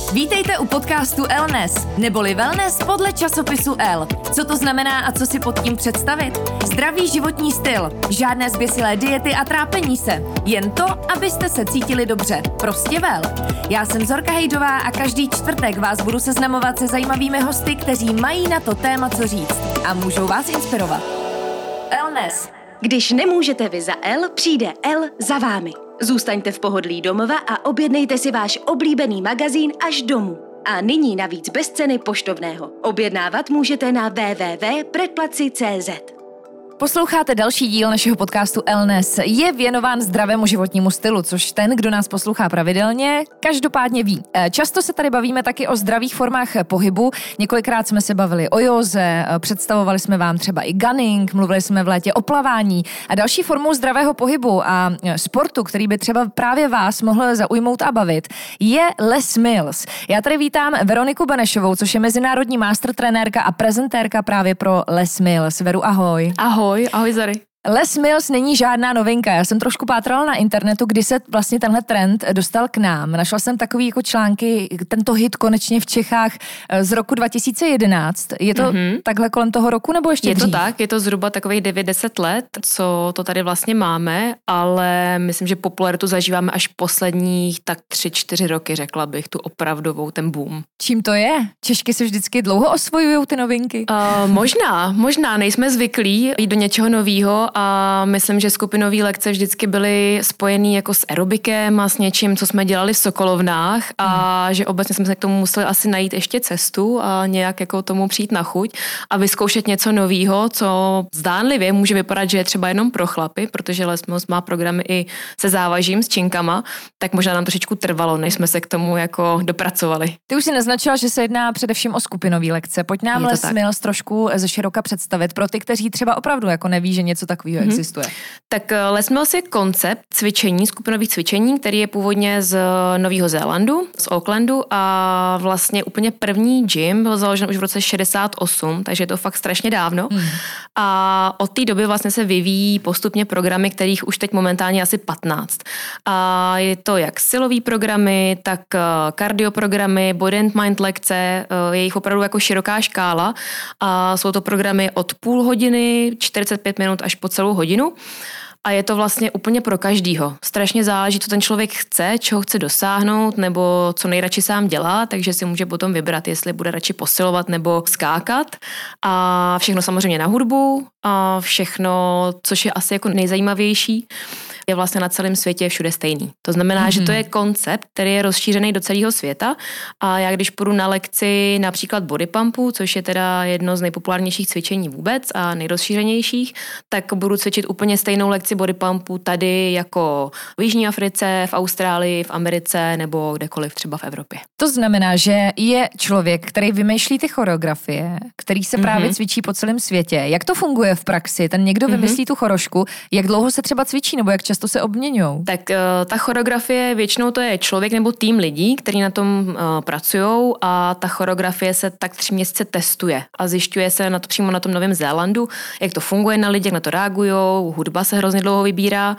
Vítejte u podcastu Elnes, neboli wellness podle časopisu Elle. Co to znamená a co si pod tím představit? Zdravý životní styl, žádné zběsilé diety a trápení se. Jen to, abyste se cítili dobře. Prostě well. Já jsem Zorka Hejdová a každý čtvrtek vás budu seznamovat se zajímavými hosty, kteří mají na to téma co říct a můžou vás inspirovat. Elnes. Když nemůžete vy za Elle, přijde Elle za vámi. Zůstaňte v pohodlí domova a objednejte si váš oblíbený magazín až domů. A nyní navíc bez ceny poštovného. Objednávat můžete na www.predplaci.cz. Posloucháte další díl našeho podcastu Elnes. Je věnován zdravému životnímu stylu, což ten, kdo nás poslouchá pravidelně, každopádně ví. Často se tady bavíme taky o zdravých formách pohybu. Několikrát jsme se bavili o józe, představovali jsme vám třeba i gunning, mluvili jsme v létě o plavání a další formou zdravého pohybu a sportu, který by třeba právě vás mohl zaujmout a bavit, je Les Mills. Já tady vítám Veroniku Benešovou, což je mezinárodní master trenérka a prezentérka právě pro Les Mills. Veru, ahoj. Ahoj Zary. Les Mills není žádná novinka. Já jsem trošku pátrala na internetu, kdy se vlastně tenhle trend dostal k nám. Našla jsem takový jako články, tento hit konečně v Čechách z roku 2011. Je to takhle kolem toho roku nebo ještě dřív? Je to tak, je to zhruba takových 9-10 let, co to tady vlastně máme, ale myslím, že popularitu zažíváme až posledních tak 3-4 roky, řekla bych, tu opravdovou, ten boom. Čím to je? Češky se vždycky dlouho osvojujou ty novinky? Možná, nejsme zvyklí jít do něčeho novýho a myslím, že skupinové lekce vždycky byly spojený jako s aerobikem a s něčím, co jsme dělali v Sokolovnách a že obecně jsme se k tomu museli asi najít ještě cestu a nějak jako tomu přijít na chuť a vyzkoušet něco novýho, co zdánlivě může vypadat, že je třeba jenom pro chlapy, protože Les Mills má programy i se závažím, s činkama, tak možná nám trošičku trvalo, než jsme se k tomu jako dopracovali. Ty už si naznačila, že se jedná především o skupinové lekce. Pojď nám Les Mills trošku ze široka představit pro ty, kteří třeba opravdu jako neví, že něco takového existuje. Tak Les Mills je koncept cvičení, skupinových cvičení, který je původně z Nového Zélandu, z Aucklandu a vlastně úplně první gym byl založen už v roce 68, takže je to fakt strašně dávno. A od té doby vlastně se vyvíjí postupně programy, kterých už teď momentálně asi 15. A je to jak silový programy, tak kardioprogramy, body and mind lekce, je jich opravdu jako široká škála a jsou to programy od půl hodiny, 45 minut až po celou hodinu. A je to vlastně úplně pro každýho. Strašně záleží, co ten člověk chce, čeho chce dosáhnout, nebo co nejradši sám dělá, takže si může potom vybrat, jestli bude radši posilovat nebo skákat. A všechno samozřejmě na hudbu a všechno, což je asi jako nejzajímavější, je vlastně na celém světě všude stejný. To znamená, že to je koncept, který je rozšířený do celého světa a já když půjdu na lekci například body pumpu, což je teda jedno z nejpopulárnějších cvičení vůbec a nejrozšířenějších, tak budu cvičit úplně stejnou lekci body pumpu tady jako v Jižní Africe, v Austrálii, v Americe nebo kdekoliv třeba v Evropě. To znamená, že je člověk, který vymýšlí ty choreografie, který se právě cvičí po celém světě. Jak to funguje v praxi? Ten někdo vymyslí tu chorošku, jak dlouho se třeba cvičí nebo jak často se obměňují? Tak ta choreografie, většinou to je člověk nebo tým lidí, kteří na tom pracují a ta choreografie se tak 3 měsíce testuje a zjišťuje se přímo na tom Novém Zélandu, jak to funguje na lidi, jak na to reagujou, hudba se hrozně dlouho vybírá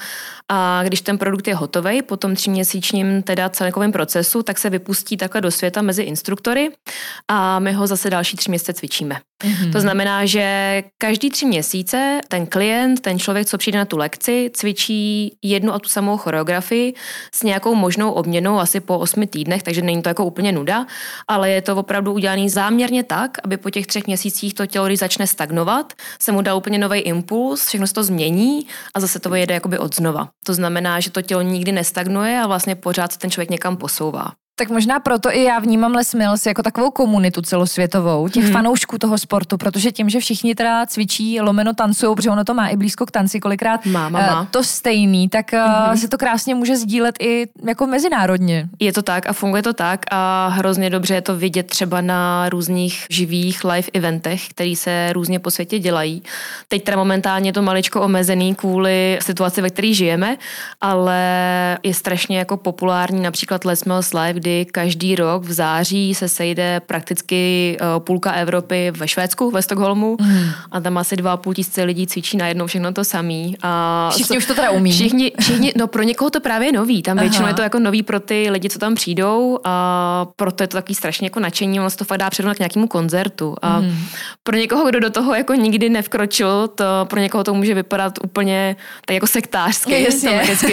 a když ten produkt je hotovej po tom 3měsíčním teda celkovém procesu, tak se vypustí takhle do světa mezi instruktory a my ho zase další 3 měsíce cvičíme. To znamená, že každý 3 měsíce ten klient, ten člověk, co přijde na tu lekci, cvičí jednu a tu samou choreografii s nějakou možnou obměnou asi po 8 týdnech, takže není to jako úplně nuda, ale je to opravdu udělaný záměrně tak, aby po těch 3 měsících to tělo, když začne stagnovat, se mu dá úplně nový impuls, všechno se to změní a zase to jede jakoby od znova. To znamená, že to tělo nikdy nestagnuje a vlastně pořád se ten člověk někam posouvá. Tak možná proto i já vnímám Les Mills jako takovou komunitu celosvětovou, těch fanoušků toho sportu, protože tím, že všichni teda cvičí, lomeno tancujou, protože ono to má i blízko k tanci, kolikrát má. To stejný, tak se to krásně může sdílet i jako mezinárodně. Je to tak a funguje to tak a hrozně dobře je to vidět třeba na různých živých live eventech, který se různě po světě dělají. Teď teda momentálně je to maličko omezený kvůli situaci, ve které žijeme, ale je strašně jako populární například Les Mills Live, kdy kdy každý rok v září se sejde prakticky půlka Evropy ve Švédsku, ve Stockholmu a tam asi 2,5 tisíce lidí cvičí najednou všechno to samý. A všichni už to teda umí. Všichni, no pro někoho to právě je nový, tam většinou je to jako nový pro ty lidi, co tam přijdou a proto je to takový strašně jako nadšení, ono se to fakt dá přirovnat k nějakému koncertu a pro někoho, kdo do toho jako nikdy nevkročil, to pro někoho to může vypadat úplně tak jako sektářsky, to vždycky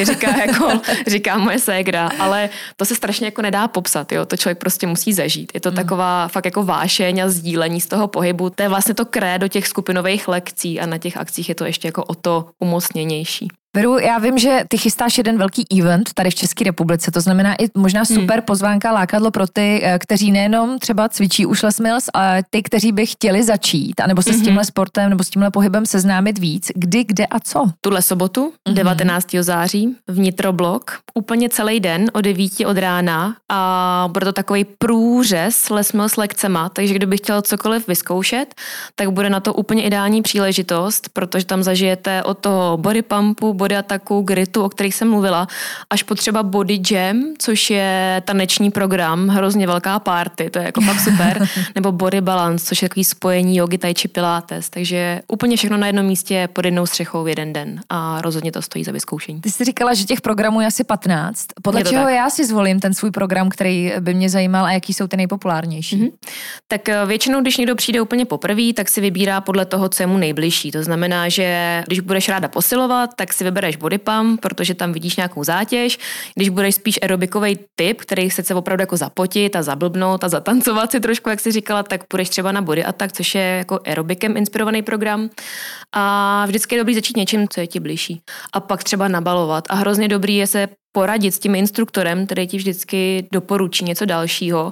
říká moje ségra, ale to se strašně jako nedá popsat, jo, to člověk prostě musí zažít. Je to taková fakt jako vášeň a sdílení z toho pohybu, to je vlastně to krédo těch skupinových lekcí a na těch akcích je to ještě jako o to umocněnější. Veru, já vím, že ty chystáš jeden velký event tady v České republice, to znamená i možná super pozvánka, lákadlo pro ty, kteří nejenom třeba cvičí už Les Mills, ale ty, kteří by chtěli začít, anebo se s tímhle sportem nebo s tímhle pohybem seznámit víc. Kdy, kde a co? Tuhle sobotu, 19. září, vnitroblok, úplně celý den od 9 od rána a bude to takový průřez Les Mills lekcema, takže kdyby chtěl cokoliv vyzkoušet, tak bude na to úplně ideální příležitost, protože tam zažijete od toho body pumpu, body ataku, gritu, o kterých jsem mluvila, až po třeba body jam, což je taneční program, hrozně velká party, to je jako fakt super, nebo body balance, což je takový spojení jogy, tai chi, pilates, takže úplně všechno na jednom místě pod jednou střechou v jeden den a rozhodně to stojí za vyzkoušení. Ty jsi říkala, že těch programů je asi 15. Podle čeho tak? Já si zvolím ten svůj program, který by mě zajímal a jaký jsou ty nejpopulárnější? Tak většinou, když někdo přijde úplně poprvé, tak si vybírá podle toho, co je mu nejbližší. To znamená, že když budeš ráda posilovat, tak si vybereš body pump, protože tam vidíš nějakou zátěž. Když budeš spíš aerobikový typ, který chce opravdu jako zapotit a zablbnout a zatancovat si trošku, jak jsi říkala, tak půjdeš třeba na body attack, což je jako aerobikem inspirovaný program. A vždycky je dobrý začít něčím, co je ti bližší. A pak třeba nabalovat. A hrozně dobrý je se poradit s tím instruktorem, který ti vždycky doporučí něco dalšího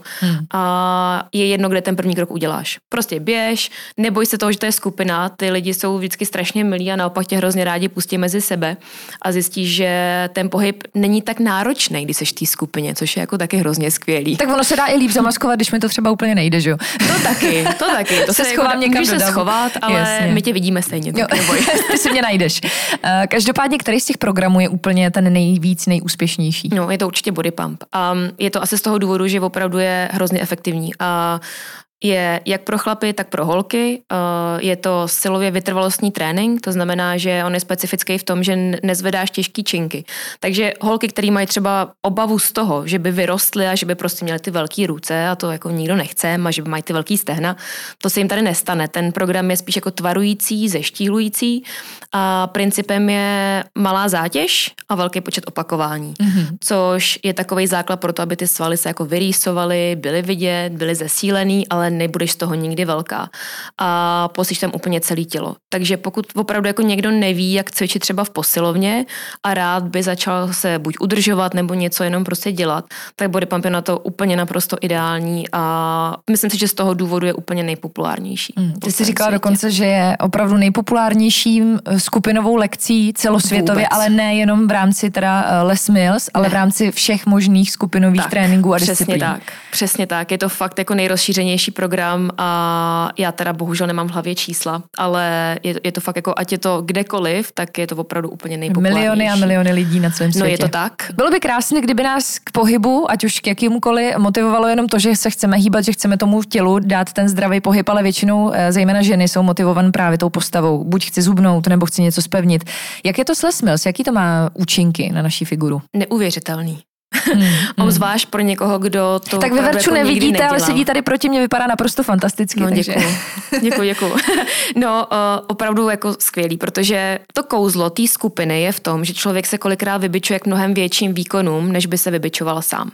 a je jedno, kde ten první krok uděláš. Prostě běž, neboj se toho, že to je skupina, ty lidi jsou vždycky strašně milí a naopak tě hrozně rádi pustí mezi sebe a zjistíš, že ten pohyb není tak náročný, když seš v té skupině, což je jako taky hrozně skvělý. Tak ono se dá i líp zamaskovat, když mi to třeba úplně nejde, že jo? To taky. To se schovám někam do davu. Můžeš se schovat, ale jasně. My tě vidíme stejně. Ty si mě najdeš. Každopádně, který z těch programů je úplně ten nejvíc nejúspěšnější? No, je to určitě body pump. Je to asi z toho důvodu, že opravdu je hrozně efektivní. Je jak pro chlapy, tak pro holky. Je to silově vytrvalostní trénink, to znamená, že on je specifický v tom, že nezvedáš těžký činky. Takže holky, které mají třeba obavu z toho, že by vyrostly a že by prostě měly ty velké ruce a to jako nikdo nechce, a že by mají ty velký stehna, to se jim tady nestane. Ten program je spíš jako tvarující, zeštíhlující a principem je malá zátěž a velký počet opakování, což je takový základ pro to, aby ty svaly se jako vyrýsovaly, byly vidět, byly zesílený, ale nebudeš z toho nikdy velká a posíš tam úplně celé tělo. Takže pokud opravdu jako někdo neví, jak cvičit třeba v posilovně a rád by začal se buď udržovat nebo něco jenom prostě dělat, tak body pump je na to úplně naprosto ideální a myslím si, že z toho důvodu je úplně nejpopulárnější. Ty jsi říkala dokonce, že je opravdu nejpopulárnějším skupinovou lekcí celosvětově, vůbec. Ale ne jenom v rámci teda Les Mills, ale v rámci všech možných skupinových tréninků a disciplín. Přesně tak. Je to fakt jako nejrozšířenější program a já teda bohužel nemám v hlavě čísla, ale je to fakt jako, ať je to kdekoliv, tak je to opravdu úplně nejpopulárnější. Miliony a miliony lidí na celém světě. No je to tak. Bylo by krásné, kdyby nás k pohybu, ať už k jakémukoliv, motivovalo jenom to, že se chceme hýbat, že chceme tomu tělu dát ten zdravý pohyb, ale většinou zejména ženy jsou motivované právě tou postavou. Buď chci zhubnout, nebo chci něco zpevnit. Jak je to s Les Mills? Jaký to má účinky na naší figuru? Neuvěřitelný. Obzvlášť pro někoho, kdo to tak vy Verču jako nevidíte, ale sedí tady proti mě, vypadá naprosto fantasticky. No, takže. Děkuji. No, opravdu jako skvělý, protože to kouzlo té skupiny je v tom, že člověk se kolikrát vybičuje k mnohem větším výkonům, než by se vybičoval sám.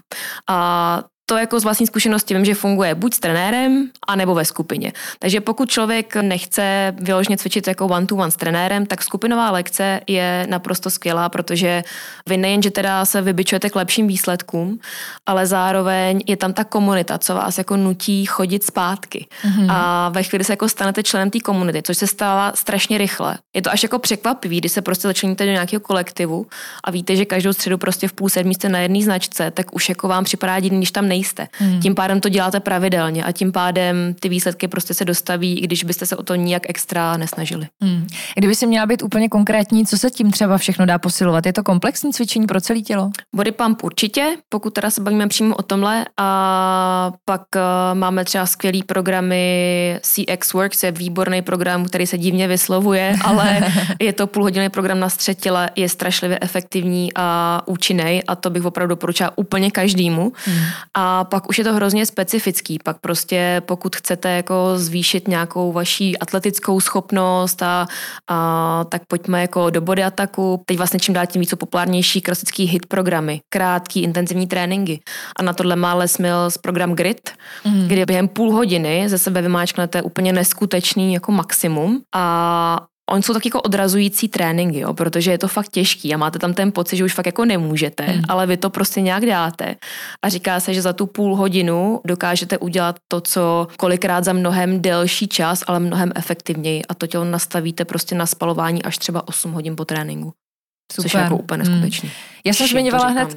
A to jako z vlastní zkušenosti vím, že funguje buď s trenérem, anebo ve skupině. Takže pokud člověk nechce vyloženě cvičit jako one-to-one s trenérem, tak skupinová lekce je naprosto skvělá, protože vy nejenže teda se vybičujete k lepším výsledkům, ale zároveň je tam ta komunita, co vás jako nutí chodit zpátky. A ve chvíli se jako stanete členem té komunity, což se stává strašně rychle. Je to až jako překvapivý, když se prostě začleníte do nějakého kolektivu a víte, že každou středu prostě v 6:30 jste na jedné značce, tak už jako vám připadá divný, když tam nejste. Tím pádem to děláte pravidelně a tím pádem ty výsledky prostě se dostaví, i když byste se o to nijak extra nesnažili. Kdyby si měla být úplně konkrétní, co se tím třeba všechno dá posilovat? Je to komplexní cvičení pro celé tělo? Body pump určitě, pokud teda se bavíme přímo o tomhle, a pak máme třeba skvělý programy CX Works, je výborný program, který se divně vyslovuje, ale je to půlhodinový program na střed těla, je strašlivě efektivní a účinný a to bych opravdu doporučila úplně každému. A pak už je to hrozně specifický, pak prostě pokud chcete jako zvýšit nějakou vaší atletickou schopnost tak pojďme jako do body ataku. Teď vlastně čím dál tím víc populárnější klasický hit programy, krátký intenzivní tréninky. A na tohle má Les Mills program Grit, kdy během půl hodiny ze sebe vymáčknete úplně neskutečný jako maximum a oni jsou tak jako odrazující tréninky, jo, protože je to fakt těžký a máte tam ten pocit, že už fakt jako nemůžete, ale vy to prostě nějak dáte. A říká se, že za tu půl hodinu dokážete udělat to, co kolikrát za mnohem delší čas, ale mnohem efektivněji a to tělo nastavíte prostě na spalování až třeba 8 hodin po tréninku. Super. Což je jako úplně neskutečný. Já jsem zmiňovala hned.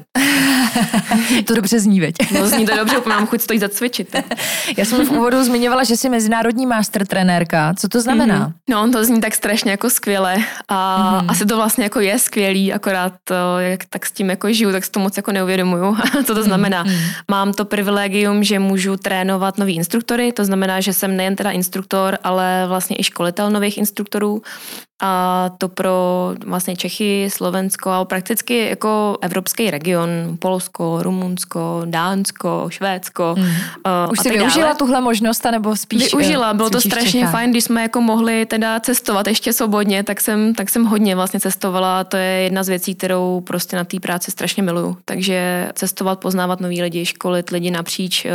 To dobře zní, veď? No zní to dobře, úplně mám chuť stojí zacvičit. Já jsem v úvodu zmiňovala, že jsi mezinárodní master trenérka. Co to znamená? No, to zní tak strašně jako skvěle a asi to vlastně jako je skvělý, akorát jak tak s tím jako žiju, tak si to moc jako neuvědomuju, co to znamená. Mám to privilegium, že můžu trénovat nový instruktory, to znamená, že jsem nejen teda instruktor, ale vlastně i školitel nových instruktorů. A to pro vlastně Čechy, Slovensko a prakticky jako evropský region, Polsko, Rumunsko, Dánsko, Švédsko. Už jsi využila tuhle možnost, nebo spíš? Využila, bylo to strašně fajn, když jsme jako mohli teda cestovat ještě svobodně, tak jsem hodně vlastně cestovala. To je jedna z věcí, kterou prostě na té práci strašně miluju. Takže cestovat, poznávat nový lidi, školit lidi napříč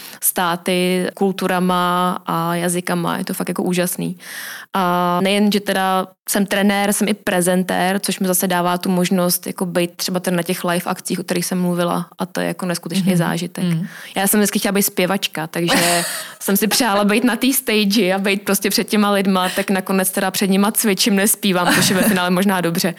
státy, kulturama a jazykama, je to fakt jako úžasný. A nejen, že teda jsem trenér, jsem i prezentér, což mi zase dává tu možnost jako být třeba na těch live akcích, o kterých jsem mluvila a to je jako neskutečný zážitek. Já jsem vždycky chtěla být zpěvačka, takže jsem si přála být na té stage a být prostě před těma lidma, tak nakonec teda před nima cvičím, nespívám, což je ve finále možná dobře.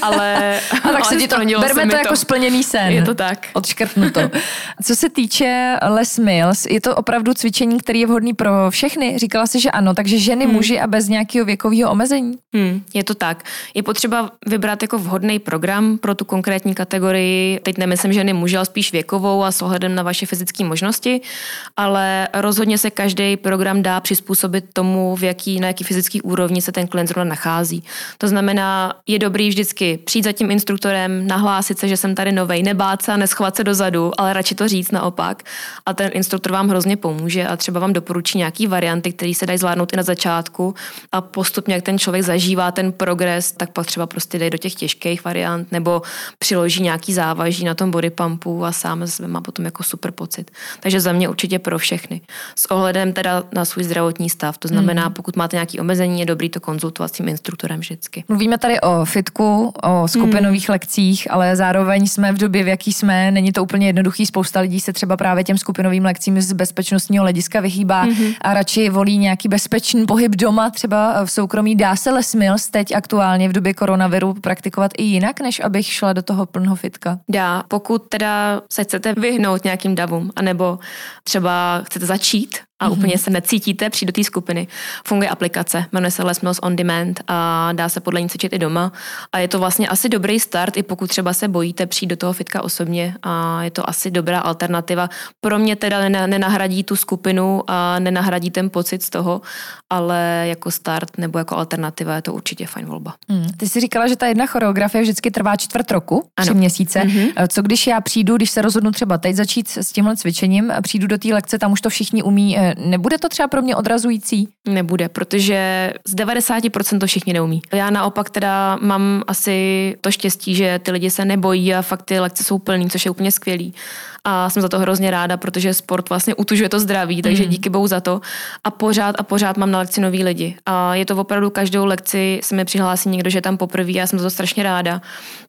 Ale tak se ti to, berme to jako splněný sen. Je to tak. Odškrtnuto. Co se týče Les Mills, je to opravdu cvičení, který je vhodný pro všechny? Říkala jsi, že ano, takže ženy, muži a bez nějakého věkového omezení? Je to tak. Je potřeba vybrat jako vhodný program pro tu konkrétní kategorii. Teď nemyslím ženy muži, ale spíš věkovou a s ohledem na vaše fyzické možnosti, ale rozhodně se každý program dá přizpůsobit tomu, na jaký fyzický úrovni se ten klient zrovna nachází. To znamená, je dobrý vždycky přijít za tím instruktorem, nahlásit se, že jsem tady novej, nebát se a neschovat se dozadu, ale radši to říct naopak. A ten instruktor vám hrozně pomůže a třeba vám doporučí nějaký varianty, které se dají zvládnout i na začátku a postupně, jak ten člověk zažívá ten progres, tak pak třeba prostě jde do těch těžkých variant nebo přiloží nějaký závaží na tom body pumpu a sám ze sebe má potom jako super pocit. Takže za mě určitě pro všechny. S ohledem teda na svůj zdravotní stav. To znamená, pokud máte nějaké omezení, je dobrý to konzultovat s tím instruktorem vždycky. Mluvíme tady o fitku, o skupinových lekcích, ale zároveň jsme v době, v jaký jsme, není to úplně jednoduchý. Spousta lidí se třeba právě těm skupinovým lekcím z bezpečnostního hlediska vyhýbá a radši volí nějaký bezpečný pohyb doma, třeba v soukromí. Dá se Les Mills teď aktuálně v době koronaviru praktikovat i jinak, než abych šla do toho plného fitka? Dá, pokud teda se chcete vyhnout nějakým davům, anebo třeba chcete začít a úplně se necítíte, přijít do té skupiny. Funguje aplikace, jmenuje se Les Mills On Demand a dá se podle ní cvičit i doma. A je to vlastně asi dobrý start, i pokud třeba se bojíte přijít do toho fitka osobně a je to asi dobrá alternativa. Pro mě teda nenahradí tu skupinu a nenahradí ten pocit z toho, ale jako start nebo jako alternativa je to určitě fajn volba. Ty jsi říkala, že ta jedna choreografie vždycky trvá 4 roku, 3 měsíce. Co když já přijdu, když se rozhodnu třeba teď začít s tímhle cvičením, přijdu do té lekce, tam už to všichni umí, nebude to třeba pro mě odrazující? Nebude, protože z 90% to všichni neumí. Já naopak teda mám asi to štěstí, že ty lidi se nebojí a fakt ty lekce jsou plný, což je úplně skvělý. A jsem za to hrozně ráda, protože sport vlastně utužuje to zdraví, takže díky bohu za to. A pořád mám na lekci nový lidi. A je to opravdu každou lekci se mi přihlásí někdo, že je tam poprvé a já jsem za to strašně ráda.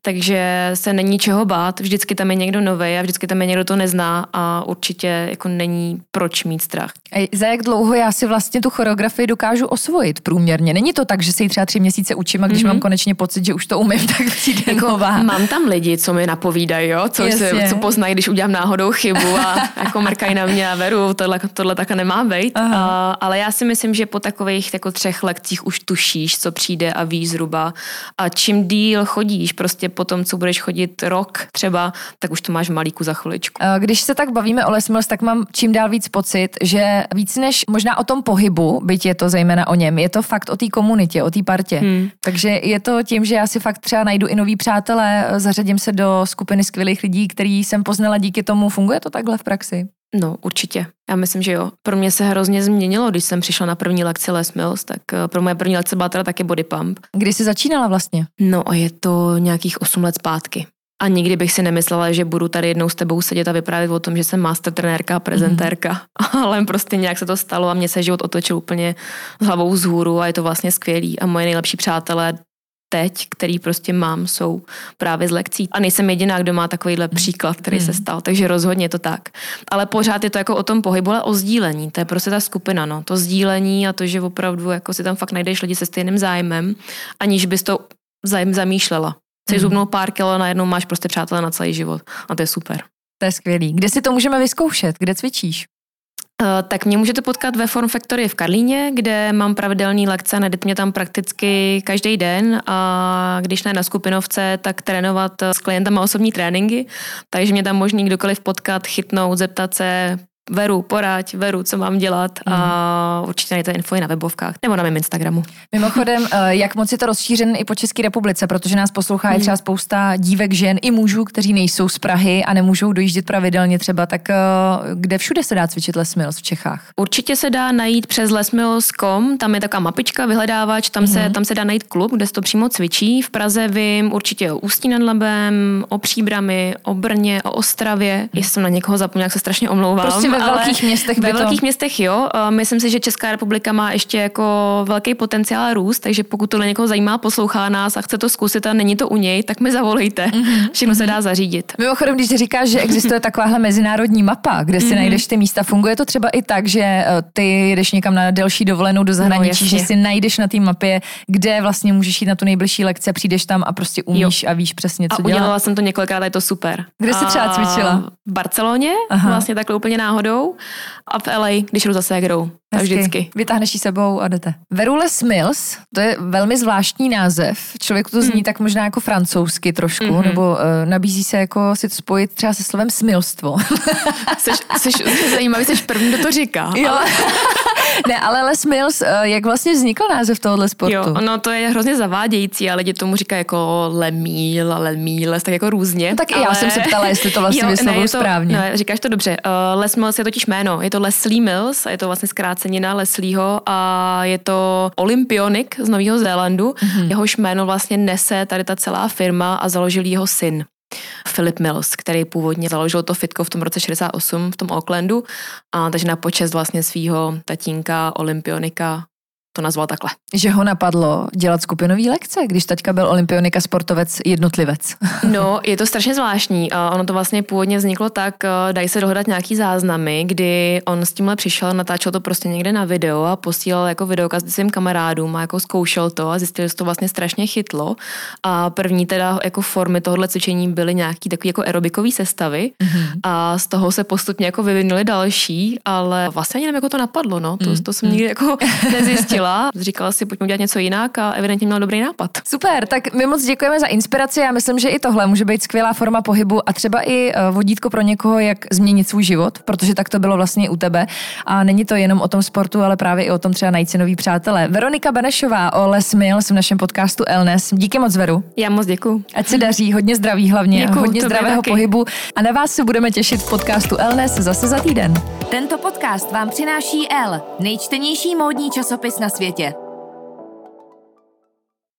Takže se není čeho bát, vždycky tam je někdo nový a vždycky tam je někdo, to nezná a určitě jako není proč mít strach. A za jak dlouho já si vlastně tu choreografii dokážu osvojit průměrně? Není to tak, že si ji třeba 3 měsíce učím a když mám konečně pocit, že už to umím, tak přijde nová. Mám tam lidi, co mi napovídají, jo? Co poznají, když udělám náhodou chybu a jako mrkají na mě a Veru, tohle takhle nemá být. Ale já si myslím, že po takových jako 3 lekcích už tušíš, co přijde a víš zhruba. A čím díl chodíš, prostě po tom, co budeš chodit rok třeba, tak už to máš v malíku za chviličku. Když se tak bavíme o Les Mills, tak mám čím dál víc pocit, že víc než možná o tom pohybu, byť je to zejména o něm, je to fakt o té komunitě, o té partě. Takže je to tím, že já si fakt třeba najdu i nový přátelé, zařadím se do skupiny skvělých lidí, který jsem poznala díky tomu. Funguje to takhle v praxi? No, určitě. Já myslím, že jo. Pro mě se hrozně změnilo, když jsem přišla na první lekci Les Mills, tak pro moje první lekce byla teda taky body pump. Kdy jsi začínala vlastně? No a je to nějakých 8 let zpátky. A nikdy bych si nemyslela, že budu tady jednou s tebou sedět a vyprávět o tom, že jsem master trenérka a prezentérka. Ale prostě nějak se to stalo a mě se život otočil úplně s hlavou vzhůru a je to vlastně skvělý. A moje nejlepší přátelé teď, který prostě mám, jsou právě z lekcí. A nejsem jediná, kdo má takovýhle příklad, který se stal, takže rozhodně je to tak. Ale pořád je to jako o tom pohybu, ale o sdílení. To je prostě ta skupina, no. To sdílení a to, že opravdu jako si tam fakt najdeš lidi se stejným zájmem, aniž bys to zamýšlela. Chceš zhubnout pár kilo, najednou máš prostě přátelé na celý život. A to je super. To je skvělý. Kde si to můžeme vyzkoušet? Kde cvičíš? Tak mě můžete potkat ve Form Factory v Karlíně, kde mám pravidelný lekce, najdete mě tam prakticky každý den a když ne na skupinovce, tak trénovat s klientama osobní tréninky, takže mě tam možný kdokoliv potkat, chytnout, zeptat se, Veru, poraď, Veru, co mám dělat a určitě najdete info i na webovkách nebo na mém Instagramu. Mimochodem, jak moc je to rozšířen i po České republice, protože nás poslouchá třeba spousta dívek, žen i mužů, kteří nejsou z Prahy a nemůžou dojíždět pravidelně třeba, tak kde všude se dá cvičit Les Mills v Čechách? Určitě se dá najít přes lesmills.com, tam je taková mapička, vyhledávač, tam se dá najít klub, kde se to přímo cvičí. V Praze vím určitě o Ústí nad Labem, o Příbrami, o Brně, o Ostravě. Jestli jsem na někoho zapomněla, jak se strašně omlouvám. Prostě ve velkých městech velkých městech, jo. Myslím si, že Česká republika má ještě jako velký potenciál růst, takže pokud tohle někoho zajímá, poslouchá nás a chce to zkusit a není to u něj, tak mi zavolejte. Všechno se dá zařídit. Mimochodem, když říkáš, že existuje takováhle mezinárodní mapa, kde si najdeš ty místa, funguje to třeba i tak, že ty jedeš někam na delší dovolenou do zahraničí, že si najdeš na té mapě, kde vlastně můžeš jít na tu nejbližší lekci, přijdeš tam a prostě umíš a víš přesně, co dělat. A udělala jsem to několikrát, je to super. Kde jsi třeba cvičila? V Barceloně, vlastně takhle úplně náhodou. A v LA, když jdu za ségrou. Tak vždycky. Vytáhneš ji sebou a jdete. Veru Les Mills, to je velmi zvláštní název. Člověku to zní tak možná jako francouzsky trošku, nebo nabízí se jako si to spojit třeba se slovem smilstvo. Jsi zajímavý, jsi první, kdo to říká. Jo. Ne, ale Les Mills, jak vlastně vznikl název tohohle sportu? Jo, no to je hrozně zavádějící, a lidi tomu říkají jako Lemíl a Lemíles, tak jako různě. No tak i já jsem se ptala, jestli to vlastně vyslovuju správně. Ne, říkáš to dobře. Les Mills je totiž jméno, je to Leslie Mills a je to vlastně zkrácenina Leslieho a je to olympionik z Nového Zélandu. Jehož jméno vlastně nese tady ta celá firma a založil jeho syn. Philip Mills, který původně založil to fitko v tom roce 68 v tom Aucklandu, a takže na počest vlastně svýho tatínka olympionika to nazval takhle. Že ho napadlo dělat skupinový lekce, když taťka byl olympionika, sportovec, jednotlivec. No, je to strašně zvláštní. Ono to vlastně původně vzniklo tak, dají se dohledat nějaký záznamy, kdy on s tímhle přišel, natáčel to prostě někde na video a posílal jako videokaz svým kamarádům a jako zkoušel to a zjistil, že to vlastně strašně chytlo. A první teda jako formy tohohle cvičení byly nějaký takový jako aerobikový sestavy a z toho se postupně jako vyvinuly další, ale vlastně ani nevím, jako to napadlo, no. To jsem nikdy jako nezjistila. Říkala si, pojďme udělat něco jinak a evidentně měl dobrý nápad. Super, tak my moc děkujeme za inspiraci. Já myslím, že i tohle může být skvělá forma pohybu a třeba i vodítko pro někoho, jak změnit svůj život, protože tak to bylo vlastně u tebe. A není to jenom o tom sportu, ale právě i o tom třeba najít si nový přátelé. Veronika Benešová o Les Mills v našem podcastu Elnes. Díky moc, Veru. Já moc děkuju. Ať se daří, hodně zdraví hlavně, děkuju, hodně zdravého pohybu a na vás se budeme těšit v podcastu Elnes zase za týden. Tento podcast vám přináší Elle, nejčtenější módní časopis na světě.